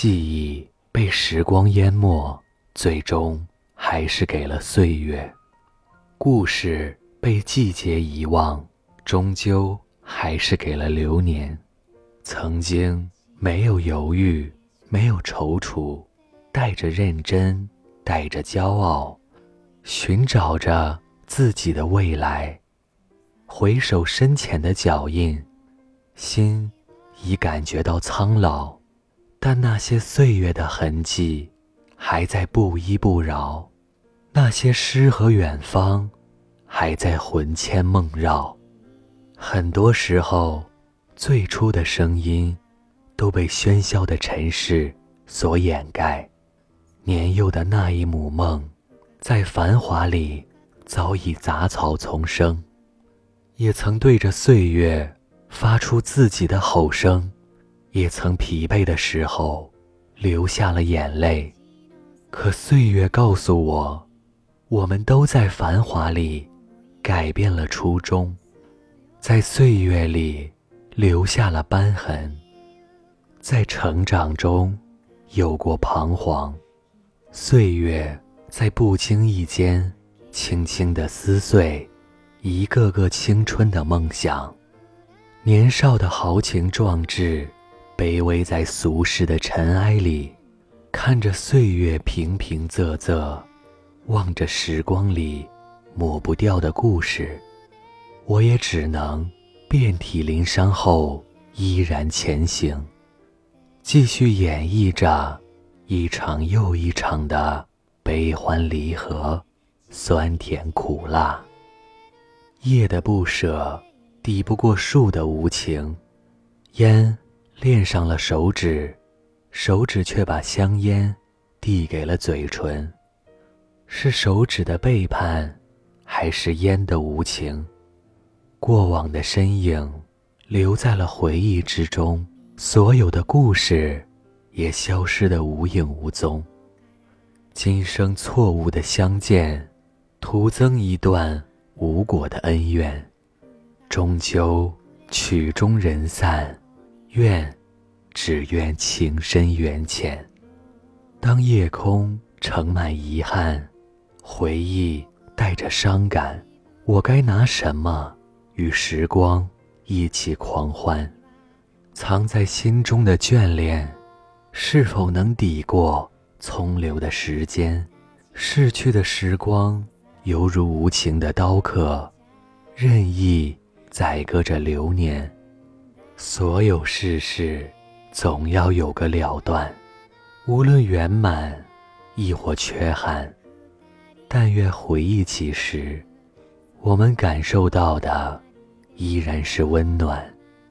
记忆被时光淹没，最终还是给了岁月。故事被季节遗忘，终究还是给了流年。曾经没有犹豫，没有踌躇，带着认真，带着骄傲，寻找着自己的未来。回首深浅的脚印，心已感觉到苍老，但那些岁月的痕迹还在不依不饶，那些诗和远方还在魂牵梦绕。很多时候，最初的声音都被喧嚣的尘世所掩盖。年幼的那一亩梦，在繁华里早已杂草丛生，也曾对着岁月发出自己的吼声，也曾疲惫的时候流下了眼泪。可岁月告诉我，我们都在繁华里改变了初衷，在岁月里留下了斑痕，在成长中有过彷徨。岁月在不经意间轻轻地撕碎一个个青春的梦想。年少的豪情壮志卑微在俗世的尘埃里，看着岁月平平仄仄，望着时光里抹不掉的故事，我也只能遍体鳞伤后依然前行，继续演绎着一场又一场的悲欢离合，酸甜苦辣。叶的不舍抵不过树的无情，烟恋上了手指，手指却把香烟递给了嘴唇。是手指的背叛，还是烟的无情？过往的身影留在了回忆之中，所有的故事也消失得无影无踪。今生错误的相见，徒增一段无果的恩怨。终究曲终人散，只愿情深缘浅。当夜空盛满遗憾，回忆带着伤感，我该拿什么与时光一起狂欢？藏在心中的眷恋，是否能抵过匆流的时间？逝去的时光犹如无情的刀刻，任意宰割着流年。所有世事总要有个了断，无论圆满亦或缺憾，但愿回忆起时，我们感受到的依然是温暖。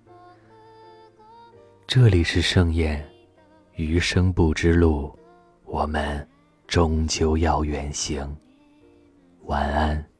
这里是盛宴，余生不知路，我们终究要远行。晚安。